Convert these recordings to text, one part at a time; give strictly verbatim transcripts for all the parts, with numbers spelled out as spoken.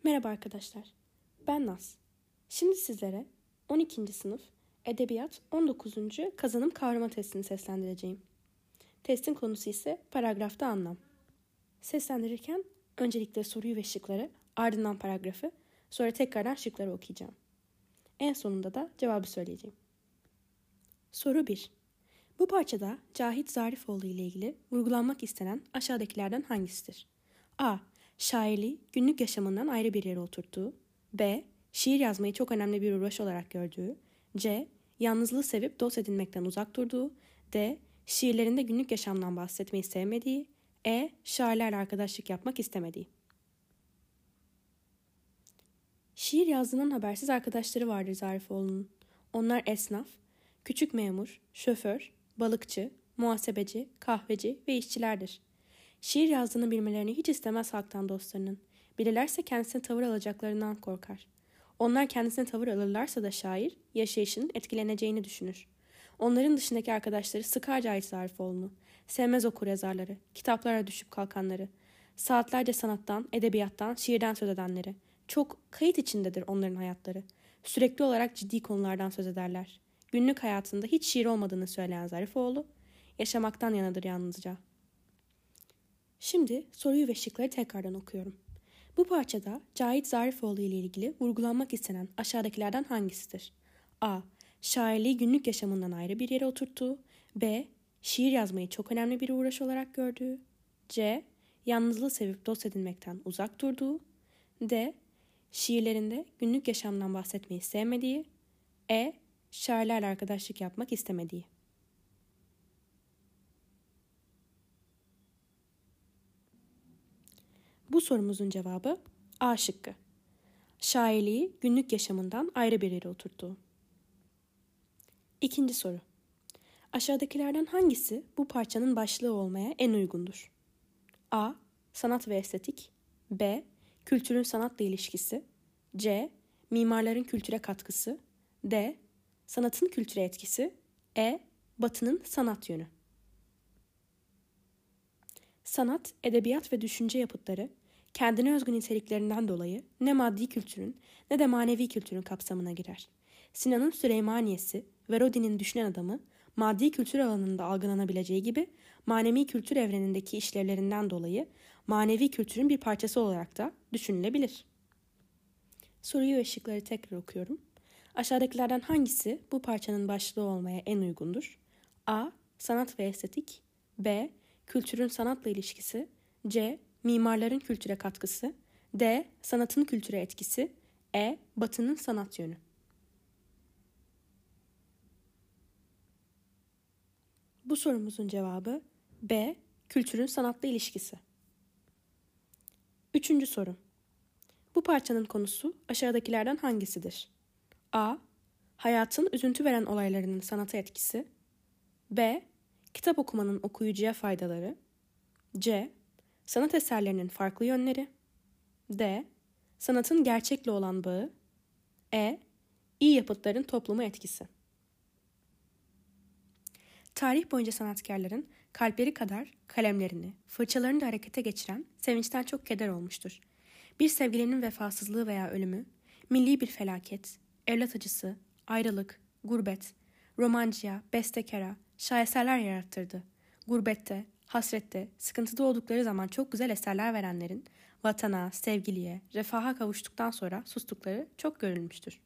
Merhaba arkadaşlar, ben Naz. Şimdi sizlere on ikinci sınıf Edebiyat on dokuzuncu kazanım kavrama testini seslendireceğim. Testin konusu ise paragrafta anlam. Seslendirirken öncelikle soruyu ve şıkları, ardından paragrafı, sonra tekrardan şıkları okuyacağım. En sonunda da cevabı söyleyeceğim. Soru bir. Bu parçada Cahit Zarifoğlu ile ilgili vurgulanmak istenen aşağıdakilerden hangisidir? A. Şairliği günlük yaşamından ayrı bir yere oturttuğu. B. Şiir yazmayı çok önemli bir uğraş olarak gördüğü. C. Yalnızlığı sevip dost edinmekten uzak durduğu. D. Şiirlerinde günlük yaşamdan bahsetmeyi sevmediği. E. Şairlerle arkadaşlık yapmak istemediği. Şiir yazdığından habersiz arkadaşları vardır Zarifoğlu'nun. Onlar esnaf, küçük memur, şoför, balıkçı, muhasebeci, kahveci ve işçilerdir. Şiir yazdığını bilmelerini hiç istemez halktan dostlarının. Bilirlerse kendisine tavır alacaklarından korkar. Onlar kendisine tavır alırlarsa da şair, yaşayışının etkileneceğini düşünür. Onların dışındaki arkadaşları sıkar Cahit Zarifoğlu'nu. Sevmez okuryazarları, kitaplara düşüp kalkanları. Saatlerce sanattan, edebiyattan, şiirden söz edenleri. Çok kayıt içindedir onların hayatları. Sürekli olarak ciddi konulardan söz ederler. Günlük hayatında hiç şiir olmadığını söyleyen Zarifoğlu, yaşamaktan yanadır yalnızca. Şimdi soruyu ve şıkları tekrardan okuyorum. Bu parçada Cahit Zarifoğlu ile ilgili vurgulanmak istenen aşağıdakilerden hangisidir? A. Şairliği günlük yaşamından ayrı bir yere oturttuğu. B. Şiir yazmayı çok önemli bir uğraş olarak gördüğü. C. Yalnızlığı sevip dost edinmekten uzak durduğu. D. Şiirlerinde günlük yaşamdan bahsetmeyi sevmediği. E. Şairlerle arkadaşlık yapmak istemediği. Bu sorumuzun cevabı A şıkkı. Şairliği günlük yaşamından ayrı bir yere oturttuğu. İkinci soru. Aşağıdakilerden hangisi bu parçanın başlığı olmaya en uygundur? A. Sanat ve estetik. B. Kültürün sanatla ilişkisi. C. Mimarların kültüre katkısı. D. Sanatın kültüre etkisi. E. Batı'nın sanat yönü. Sanat, edebiyat ve düşünce yapıtları kendine özgü niteliklerinden dolayı ne maddi kültürün ne de manevi kültürün kapsamına girer. Sinan'ın Süleymaniyesi ve Rodin'in Düşünen Adamı maddi kültür alanında algılanabileceği gibi manevi kültür evrenindeki işlevlerinden dolayı manevi kültürün bir parçası olarak da düşünülebilir. Soruyu ve şıkları tekrar okuyorum. Aşağıdakilerden hangisi bu parçanın başlığı olmaya en uygundur? A. Sanat ve estetik. B. Kültürün sanatla ilişkisi. C. Mimarların kültüre katkısı. D. Sanatın kültüre etkisi. E. Batı'nın sanat yönü. Bu sorumuzun cevabı B. Kültürün sanatla ilişkisi. Üçüncü soru. Bu parçanın konusu aşağıdakilerden hangisidir? A. Hayatın üzüntü veren olaylarının sanata etkisi. B. Kitap okumanın okuyucuya faydaları. C. Sanat eserlerinin farklı yönleri. D. Sanatın gerçekle olan bağı. E. İyi yapıtların topluma etkisi. Tarih boyunca sanatkarların kalpleri kadar kalemlerini, fırçalarını da harekete geçiren sevinçten çok keder olmuştur. Bir sevgilinin vefasızlığı veya ölümü, milli bir felaket, evlat acısı, ayrılık, gurbet, romancıya, bestekara, şaheserler yarattırdı. Gurbette, hasrette, sıkıntıda oldukları zaman çok güzel eserler verenlerin vatana, sevgiliye, refaha kavuştuktan sonra sustukları çok görülmüştür.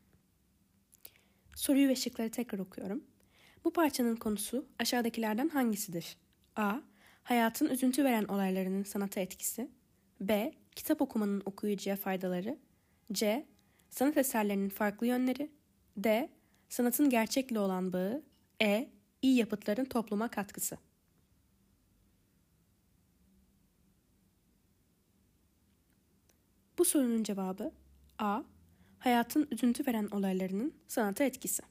Soruyu ve şıkları tekrar okuyorum. Bu parçanın konusu aşağıdakilerden hangisidir? A. Hayatın üzüntü veren olaylarının sanata etkisi. B. Kitap okumanın okuyucuya faydaları. C. Sanat eserlerinin farklı yönleri. D. Sanatın gerçekle olan bağı. E. İyi yapıtların topluma katkısı. Bu sorunun cevabı A. Hayatın üzüntü veren olaylarının sanata etkisi.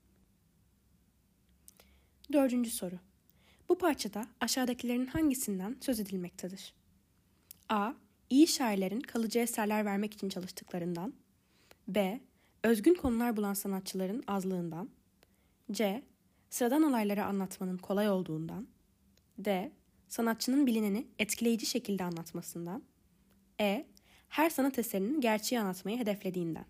Dördüncü soru. Bu parçada aşağıdakilerin hangisinden söz edilmektedir? A. İyi şairlerin kalıcı eserler vermek için çalıştıklarından. B. Özgün konular bulan sanatçıların azlığından. C. Sıradan olayları anlatmanın kolay olduğundan. D. Sanatçının bilineni etkileyici şekilde anlatmasından. E. her sanat eserinin gerçeği anlatmayı hedeflediğinden.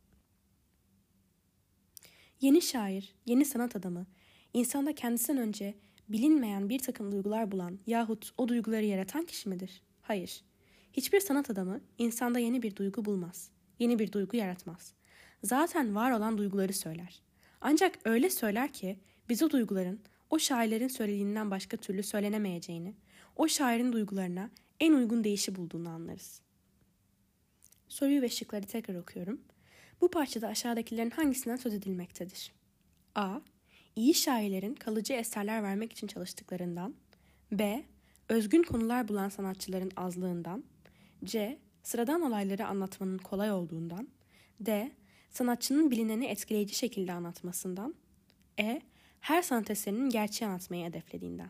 Yeni şair, yeni sanat adamı, insanda kendisinden önce bilinmeyen bir takım duygular bulan yahut o duyguları yaratan kişi midir? Hayır. Hiçbir sanat adamı insanda yeni bir duygu bulmaz, yeni bir duygu yaratmaz. Zaten var olan duyguları söyler. Ancak öyle söyler ki biz o duyguların o şairlerin söylediğinden başka türlü söylenemeyeceğini, o şairin duygularına en uygun deyişi bulduğunu anlarız. Soruyu ve şıkları tekrar okuyorum. Bu parçada aşağıdakilerin hangisinden söz edilmektedir? A. İyi şairlerin kalıcı eserler vermek için çalıştıklarından. B. Özgün konular bulan sanatçıların azlığından. C. Sıradan olayları anlatmanın kolay olduğundan. D. Sanatçının bilineni etkileyici şekilde anlatmasından. E. Her sanat eserinin gerçeği anlatmayı hedeflediğinden.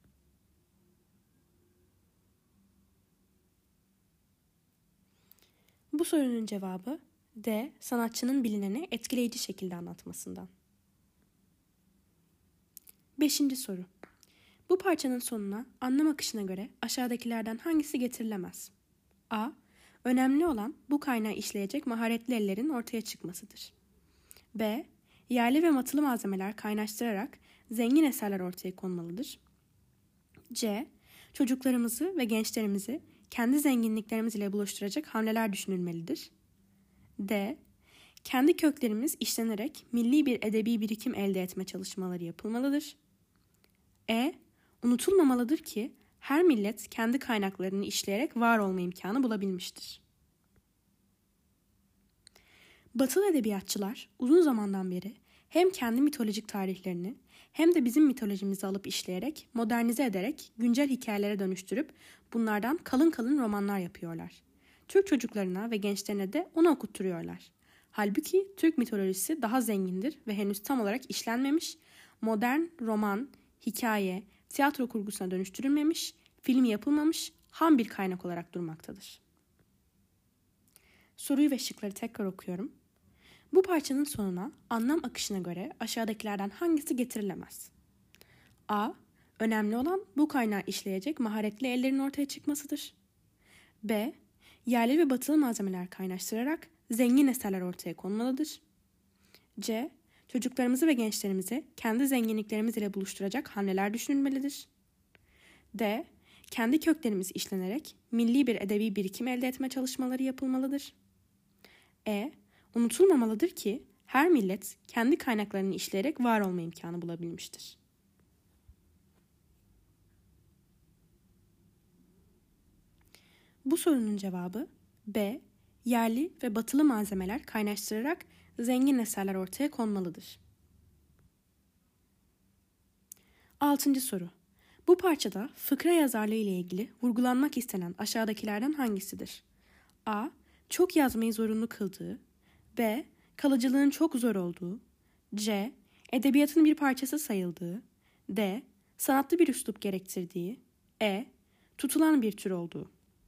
Bu sorunun cevabı D. Sanatçının bilineni etkileyici şekilde anlatmasından. Beşinci soru. Bu parçanın sonuna anlam akışına göre aşağıdakilerden hangisi getirilemez? A. Önemli olan bu kaynağı işleyecek maharetli ellerin ortaya çıkmasıdır. B. Yerli ve batılı malzemeler kaynaştırarak zengin eserler ortaya konmalıdır. C. Çocuklarımızı ve gençlerimizi kendi zenginliklerimiz ile buluşturacak hamleler düşünülmelidir. D. Kendi köklerimiz işlenerek milli bir edebi birikim elde etme çalışmaları yapılmalıdır. E. Unutulmamalıdır ki her millet kendi kaynaklarını işleyerek var olma imkanı bulabilmiştir. Batılı edebiyatçılar uzun zamandan beri hem kendi mitolojik tarihlerini hem de bizim mitolojimizi alıp işleyerek, modernize ederek, güncel hikayelere dönüştürüp bunlardan kalın kalın romanlar yapıyorlar. Türk çocuklarına ve gençlerine de onu okutturuyorlar. Halbuki Türk mitolojisi daha zengindir ve henüz tam olarak işlenmemiş, modern roman, hikaye, tiyatro kurgusuna dönüştürülmemiş, film yapılmamış, ham bir kaynak olarak durmaktadır. Soruyu ve şıkları tekrar okuyorum. Bu parçanın sonuna anlam akışına göre aşağıdakilerden hangisi getirilemez? A. Önemli olan bu kaynağı işleyecek maharetli ellerin ortaya çıkmasıdır. B. Yerli ve batılı malzemeler kaynaştırarak zengin eserler ortaya konmalıdır. C. Çocuklarımızı ve gençlerimizi kendi zenginliklerimiz ile buluşturacak hamleler düşünülmelidir. D. Kendi köklerimiz işlenerek milli bir edebi birikim elde etme çalışmaları yapılmalıdır. E. Unutulmamalıdır ki her millet kendi kaynaklarını işleyerek var olma imkanı bulabilmiştir. Bu sorunun cevabı B. Yerli ve batılı malzemeler kaynaştırarak zengin eserler ortaya konmalıdır. Altıncı soru. Bu parçada fıkra yazarlığı ile ilgili vurgulanmak istenen aşağıdakilerden hangisidir? A. Çok yazmayı zorunlu kıldığı. B. Kalıcılığın çok zor olduğu. C. Edebiyatın bir parçası sayıldığı. D. Sanatlı bir üslup gerektirdiği. E. Tutulan bir tür olduğu.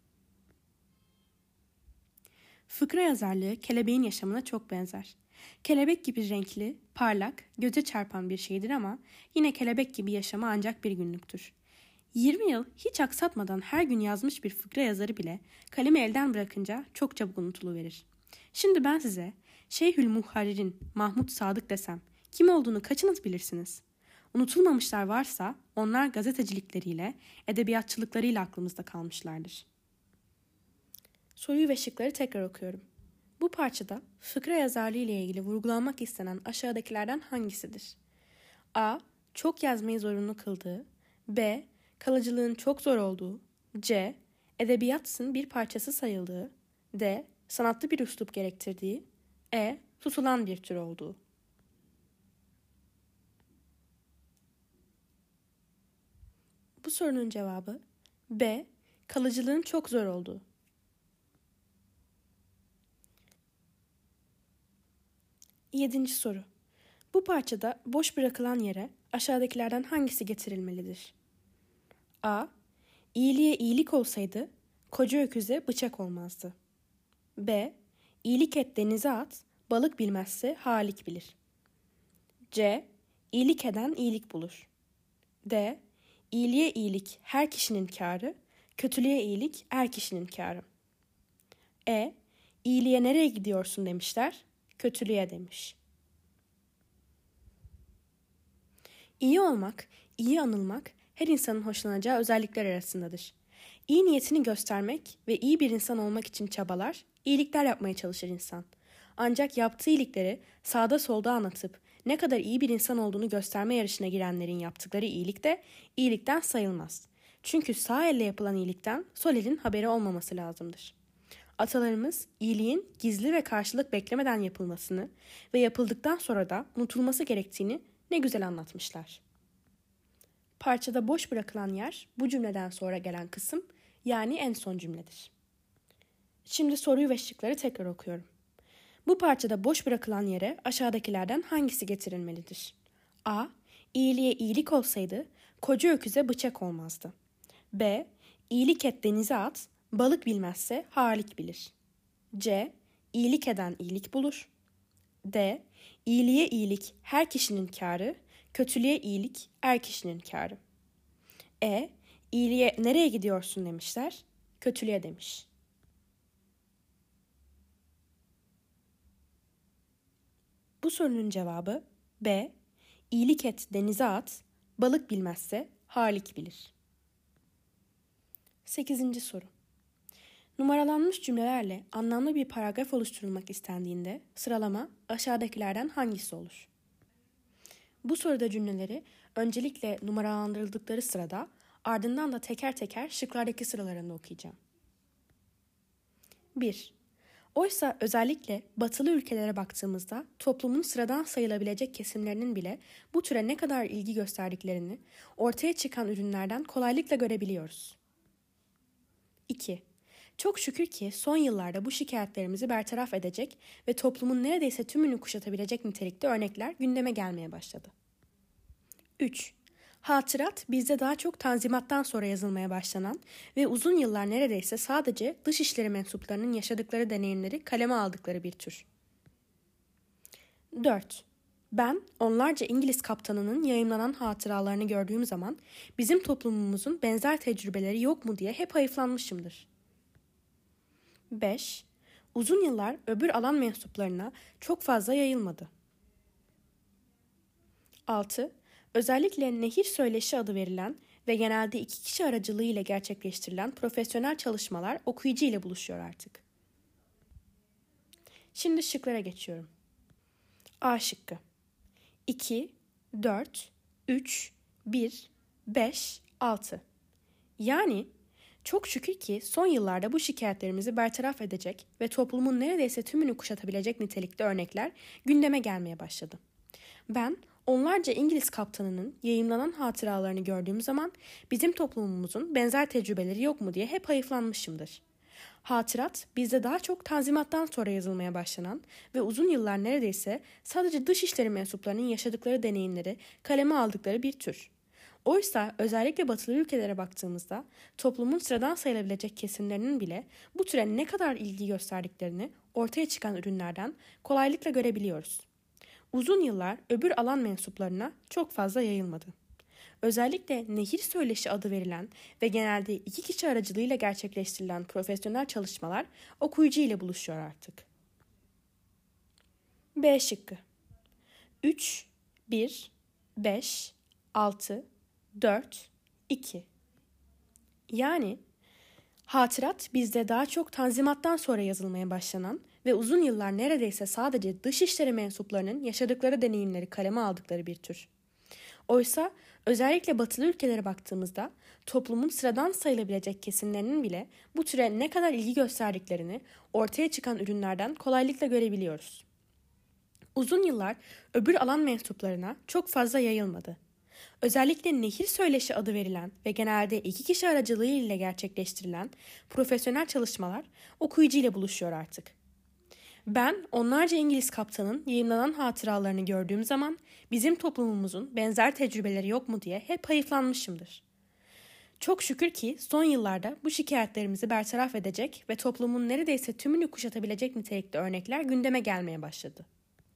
Fıkra yazarlığı kelebeğin yaşamına çok benzer. Kelebek gibi renkli, parlak, göze çarpan bir şeydir ama yine kelebek gibi yaşama ancak bir günlüktür. yirmi yıl hiç aksatmadan her gün yazmış bir fıkra yazarı bile kalemi elden bırakınca çok çabuk unutuluverir. Şimdi ben size Şeyhülmuharrir'in Mahmud Sadık desem kim olduğunu kaçınız bilirsiniz? Unutulmamışlar varsa onlar gazetecilikleriyle, edebiyatçılıklarıyla aklımızda kalmışlardır. Soruyu ve şıkları tekrar okuyorum. Bu parçada fıkra yazarlığı ile ilgili vurgulanmak istenen aşağıdakilerden hangisidir? A. Çok yazmayı zorunlu kıldığı. B. Kalıcılığın çok zor olduğu. C. Edebiyatın bir parçası sayıldığı. D. Sanatlı bir üslup gerektirdiği. E. Tutulan bir tür olduğu. Bu sorunun cevabı B. Kalıcılığın çok zor olduğu. Yedinci soru. Bu parçada boş bırakılan yere aşağıdakilerden hangisi getirilmelidir? A. İyiliğe iyilik olsaydı koca öküze bıçak olmazdı. B. İyilik et denize at, balık bilmezse halik bilir. C. İyilik eden iyilik bulur. D. İyiliğe iyilik her kişinin kârı, kötülüğe iyilik er kişinin kârı. E. İyiliğe nereye gidiyorsun demişler, kötülüğe demiş. İyi olmak, iyi anılmak her insanın hoşlanacağı özellikler arasındadır. İyi niyetini göstermek ve iyi bir insan olmak için çabalar, iyilikler yapmaya çalışır insan. Ancak yaptığı iyilikleri sağda solda anlatıp ne kadar iyi bir insan olduğunu gösterme yarışına girenlerin yaptıkları iyilik de iyilikten sayılmaz. Çünkü sağ elle yapılan iyilikten sol elin haberi olmaması lazımdır. Atalarımız iyiliğin gizli ve karşılık beklemeden yapılmasını ve yapıldıktan sonra da unutulması gerektiğini ne güzel anlatmışlar. Parçada boş bırakılan yer bu cümleden sonra gelen kısım, yani en son cümledir. Şimdi soruyu ve şıkları tekrar okuyorum. Bu parçada boş bırakılan yere aşağıdakilerden hangisi getirilmelidir? A. İyiliğe iyilik olsaydı koca öküze bıçak olmazdı. B. İyilik et denize at, balık bilmezse halik bilir. C. İyilik eden iyilik bulur. D. İyiliğe iyilik her kişinin kârı, kötülüğe iyilik er kişinin kârı. E. İyiliğe nereye gidiyorsun demişler, kötülüğe demiş. Bu sorunun cevabı B. İyilik et denize at, balık bilmezse halik bilir. Sekizinci soru. Numaralanmış cümlelerle anlamlı bir paragraf oluşturulmak istendiğinde sıralama aşağıdakilerden hangisi olur? Bu soruda cümleleri öncelikle numaralandırıldıkları sırada, ardından da teker teker şıklardaki sıralarında okuyacağım. bir. Oysa özellikle batılı ülkelere baktığımızda toplumun sıradan sayılabilecek kesimlerinin bile bu türe ne kadar ilgi gösterdiklerini ortaya çıkan ürünlerden kolaylıkla görebiliyoruz. iki. Çok şükür ki son yıllarda bu şikayetlerimizi bertaraf edecek ve toplumun neredeyse tümünü kuşatabilecek nitelikte örnekler gündeme gelmeye başladı. üç. Hatırat bizde daha çok Tanzimat'tan sonra yazılmaya başlanan ve uzun yıllar neredeyse sadece dışişleri mensuplarının yaşadıkları deneyimleri kaleme aldıkları bir tür. dört. Ben onlarca İngiliz kaptanının yayımlanan hatıralarını gördüğüm zaman bizim toplumumuzun benzer tecrübeleri yok mu diye hep hayıflanmışımdır. beş. Uzun yıllar öbür alan mensuplarına çok fazla yayılmadı. altı. Özellikle nehir söyleşi adı verilen ve genelde iki kişi aracılığıyla gerçekleştirilen profesyonel çalışmalar okuyucu ile buluşuyor artık. Şimdi şıklara geçiyorum. A şıkkı. iki, dört, üç, bir, beş, altı. Yani çok şükür ki son yıllarda bu şikayetlerimizi bertaraf edecek ve toplumun neredeyse tümünü kuşatabilecek nitelikte örnekler gündeme gelmeye başladı. Ben onlarca İngiliz kaptanının yayımlanan hatıralarını gördüğüm zaman bizim toplumumuzun benzer tecrübeleri yok mu diye hep hayıflanmışımdır. Hatırat bizde daha çok Tanzimat'tan sonra yazılmaya başlanan ve uzun yıllar neredeyse sadece dışişleri mensuplarının yaşadıkları deneyimleri kaleme aldıkları bir tür. Oysa özellikle batılı ülkelere baktığımızda toplumun sıradan sayılabilecek kesimlerinin bile bu türe ne kadar ilgi gösterdiklerini ortaya çıkan ürünlerden kolaylıkla görebiliyoruz. Uzun yıllar öbür alan mensuplarına çok fazla yayılmadı. Özellikle nehir söyleşi adı verilen ve genelde iki kişi aracılığıyla gerçekleştirilen profesyonel çalışmalar okuyucu ile buluşuyor artık. B şıkkı. üç, bir, beş, altı, dört, iki. Yani hatırat bizde daha çok Tanzimat'tan sonra yazılmaya başlanan ve uzun yıllar neredeyse sadece dışişleri mensuplarının yaşadıkları deneyimleri kaleme aldıkları bir tür. Oysa özellikle batılı ülkelere baktığımızda toplumun sıradan sayılabilecek kesimlerinin bile bu türe ne kadar ilgi gösterdiklerini ortaya çıkan ürünlerden kolaylıkla görebiliyoruz. Uzun yıllar öbür alan mensuplarına çok fazla yayılmadı. Özellikle nehir söyleşi adı verilen ve genelde iki kişi aracılığıyla gerçekleştirilen profesyonel çalışmalar okuyucu ile buluşuyor artık. Ben onlarca İngiliz kaptanın yayımlanan hatıralarını gördüğüm zaman bizim toplumumuzun benzer tecrübeleri yok mu diye hep hayıflanmışımdır. Çok şükür ki son yıllarda bu şikayetlerimizi bertaraf edecek ve toplumun neredeyse tümünü kuşatabilecek nitelikte örnekler gündeme gelmeye başladı.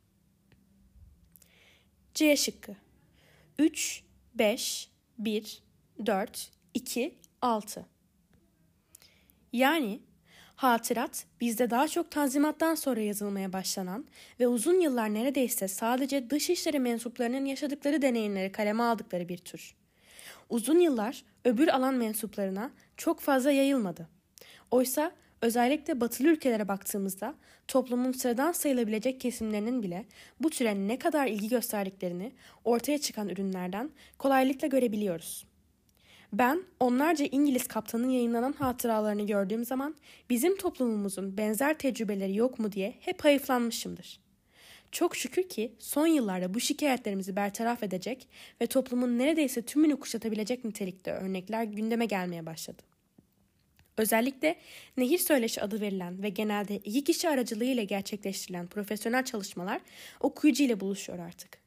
C şıkkı. üç, beş, bir, dört, iki, altı. Yani Hatırat, bizde daha çok Tanzimat'tan sonra yazılmaya başlanan ve uzun yıllar neredeyse sadece dışişleri mensuplarının yaşadıkları deneyimleri kaleme aldıkları bir tür. Uzun yıllar öbür alan mensuplarına çok fazla yayılmadı. Oysa özellikle batılı ülkelere baktığımızda toplumun sıradan sayılabilecek kesimlerinin bile bu türe ne kadar ilgi gösterdiklerini ortaya çıkan ürünlerden kolaylıkla görebiliyoruz. Ben onlarca İngiliz kaptanın yayınlanan hatıralarını gördüğüm zaman bizim toplumumuzun benzer tecrübeleri yok mu diye hep hayıflanmışımdır. Çok şükür ki son yıllarda bu şikayetlerimizi bertaraf edecek ve toplumun neredeyse tümünü kuşatabilecek nitelikte örnekler gündeme gelmeye başladı. Özellikle nehir söyleşi adı verilen ve genelde iki kişi aracılığıyla gerçekleştirilen profesyonel çalışmalar okuyucu ile buluşuyor artık.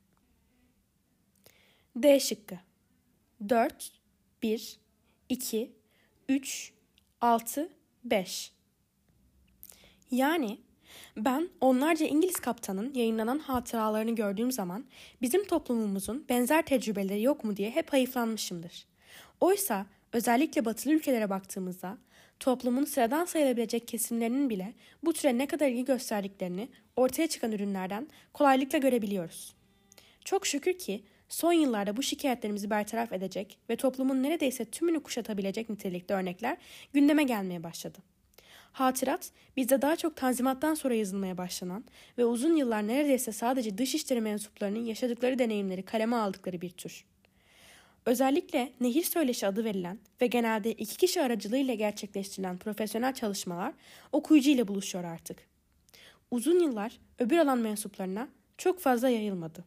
D şıkkı. dört, bir, iki, üç, altı, beş. Yani ben onlarca İngiliz kaptanın yayınlanan hatıralarını gördüğüm zaman bizim toplumumuzun benzer tecrübeleri yok mu diye hep hayıflanmışımdır. Oysa özellikle batılı ülkelere baktığımızda toplumun sıradan sayılabilecek kesimlerinin bile bu türe ne kadar ilgi gösterdiklerini ortaya çıkan ürünlerden kolaylıkla görebiliyoruz. Çok şükür ki son yıllarda bu şikayetlerimizi bertaraf edecek ve toplumun neredeyse tümünü kuşatabilecek nitelikte örnekler gündeme gelmeye başladı. Hatırat, bizde daha çok Tanzimat'tan sonra yazılmaya başlanan ve uzun yıllar neredeyse sadece dışişleri mensuplarının yaşadıkları deneyimleri kaleme aldıkları bir tür. Özellikle nehir söyleşi adı verilen ve genelde iki kişi aracılığıyla gerçekleştirilen profesyonel çalışmalar okuyucu ile buluşuyor artık. Uzun yıllar öbür alan mensuplarına çok fazla yayılmadı.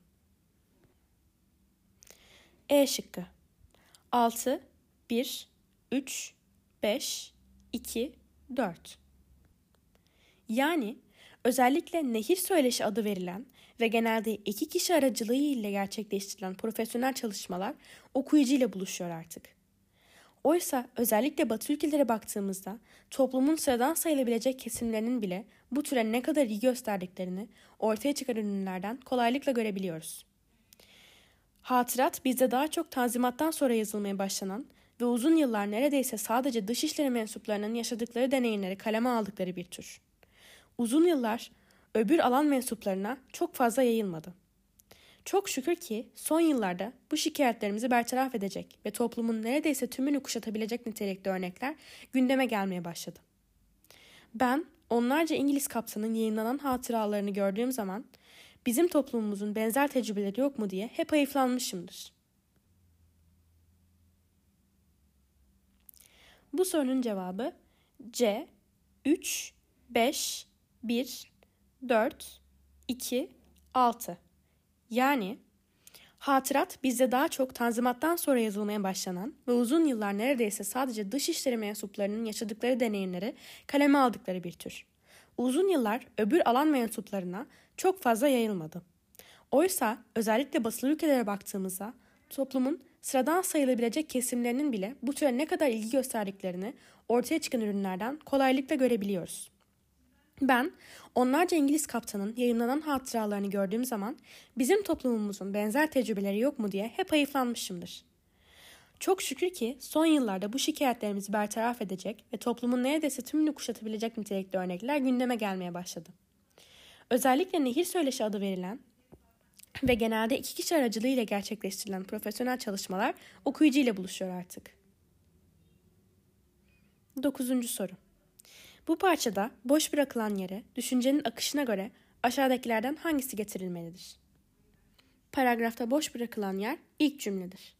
E şıkkı. altı, bir, üç, beş, iki, dört. Yani özellikle nehir söyleşi adı verilen ve genelde iki kişi aracılığı ile gerçekleştirilen profesyonel çalışmalar okuyucu ile buluşuyor artık. Oysa özellikle Batı ülkelere baktığımızda toplumun sıradan sayılabilecek kesimlerinin bile bu türe ne kadar ilgi gösterdiklerini ortaya çıkan ürünlerden kolaylıkla görebiliyoruz. Hatırat bizde daha çok Tanzimat'tan sonra yazılmaya başlanan ve uzun yıllar neredeyse sadece dışişleri mensuplarının yaşadıkları deneyimleri kaleme aldıkları bir tür. Uzun yıllar öbür alan mensuplarına çok fazla yayılmadı. Çok şükür ki son yıllarda bu şikayetlerimizi bertaraf edecek ve toplumun neredeyse tümünü kuşatabilecek nitelikte örnekler gündeme gelmeye başladı. Ben onlarca İngiliz kaptanın yayınlanan hatıralarını gördüğüm zaman bizim toplumumuzun benzer tecrübeleri yok mu diye hep hayıflanmışımdır. Bu sorunun cevabı C. üç, beş, bir, dört, iki, altı. Yani hatırat bizde daha çok Tanzimat'tan sonra yazılmaya başlanan ve uzun yıllar neredeyse sadece dışişleri mensuplarının yaşadıkları deneyimleri kaleme aldıkları bir tür. Uzun yıllar öbür alan mensuplarına çok fazla yayılmadı. Oysa özellikle batılı ülkelere baktığımızda toplumun sıradan sayılabilecek kesimlerinin bile bu türe ne kadar ilgi gösterdiklerini ortaya çıkan ürünlerden kolaylıkla görebiliyoruz. Ben onlarca İngiliz kaptanın yayınlanan hatıralarını gördüğüm zaman bizim toplumumuzun benzer tecrübeleri yok mu diye hep hayıflanmışımdır. Çok şükür ki son yıllarda bu şikayetlerimizi bertaraf edecek ve toplumun neredeyse tümünü kuşatabilecek nitelikte örnekler gündeme gelmeye başladı. Özellikle nehir söyleşi adı verilen ve genelde iki kişi aracılığıyla gerçekleştirilen profesyonel çalışmalar okuyucu ile buluşuyor artık. Dokuzuncu soru. Bu parçada boş bırakılan yere düşüncenin akışına göre aşağıdakilerden hangisi getirilmelidir? Paragrafta boş bırakılan yer ilk cümledir.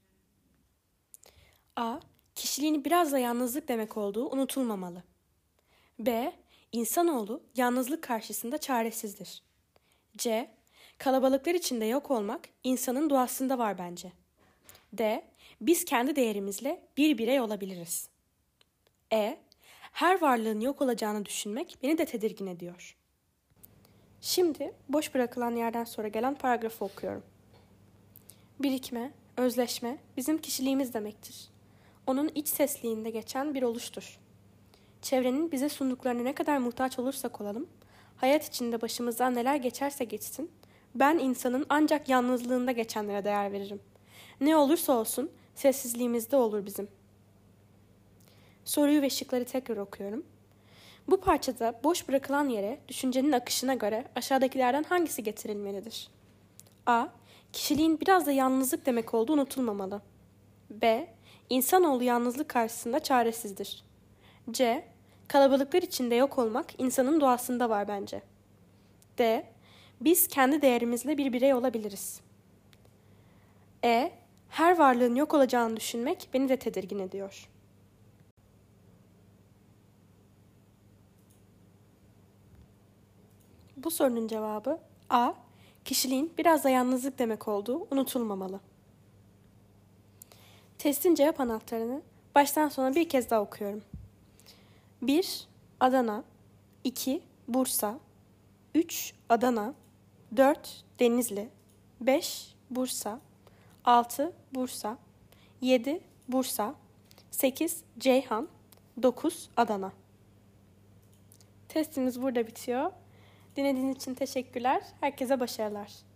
A. Kişiliğini biraz da yalnızlık demek olduğu unutulmamalı. B. İnsanoğlu yalnızlık karşısında çaresizdir. C. Kalabalıklar içinde yok olmak insanın doğasında var bence. D. Biz kendi değerimizle bir birey olabiliriz. E. Her varlığın yok olacağını düşünmek beni de tedirgin ediyor. Şimdi boş bırakılan yerden sonra gelen paragrafı okuyorum. Birikme, özleşme bizim kişiliğimiz demektir. Onun iç sesliğinde geçen bir oluştur. Çevrenin bize sunduklarına ne kadar muhtaç olursak olalım, hayat içinde başımızdan neler geçerse geçsin, ben insanın ancak yalnızlığında geçenlere değer veririm. Ne olursa olsun sessizliğimizde olur bizim. Soruyu ve şıkları tekrar okuyorum. Bu parçada boş bırakılan yere düşüncenin akışına göre aşağıdakilerden hangisi getirilmelidir? A. Kişiliğin biraz da yalnızlık demek olduğu unutulmamalı. B. İnsanoğlu yalnızlık karşısında çaresizdir. C. Kalabalıklar içinde yok olmak insanın doğasında var bence. D. Biz kendi değerimizle bir birey olabiliriz. E. Her varlığın yok olacağını düşünmek beni de tedirgin ediyor. Bu sorunun cevabı A. Kişiliğin biraz da yalnızlık demek olduğu unutulmamalı. Testin cevap anahtarını baştan sona bir kez daha okuyorum. bir. Adana, iki. Bursa, üç. Adana, dört. Denizli, beş. Bursa, altı. Bursa, yedi. Bursa, sekiz. Ceyhan, dokuz. Adana. Testimiz burada bitiyor. Dinlediğiniz için teşekkürler. Herkese başarılar.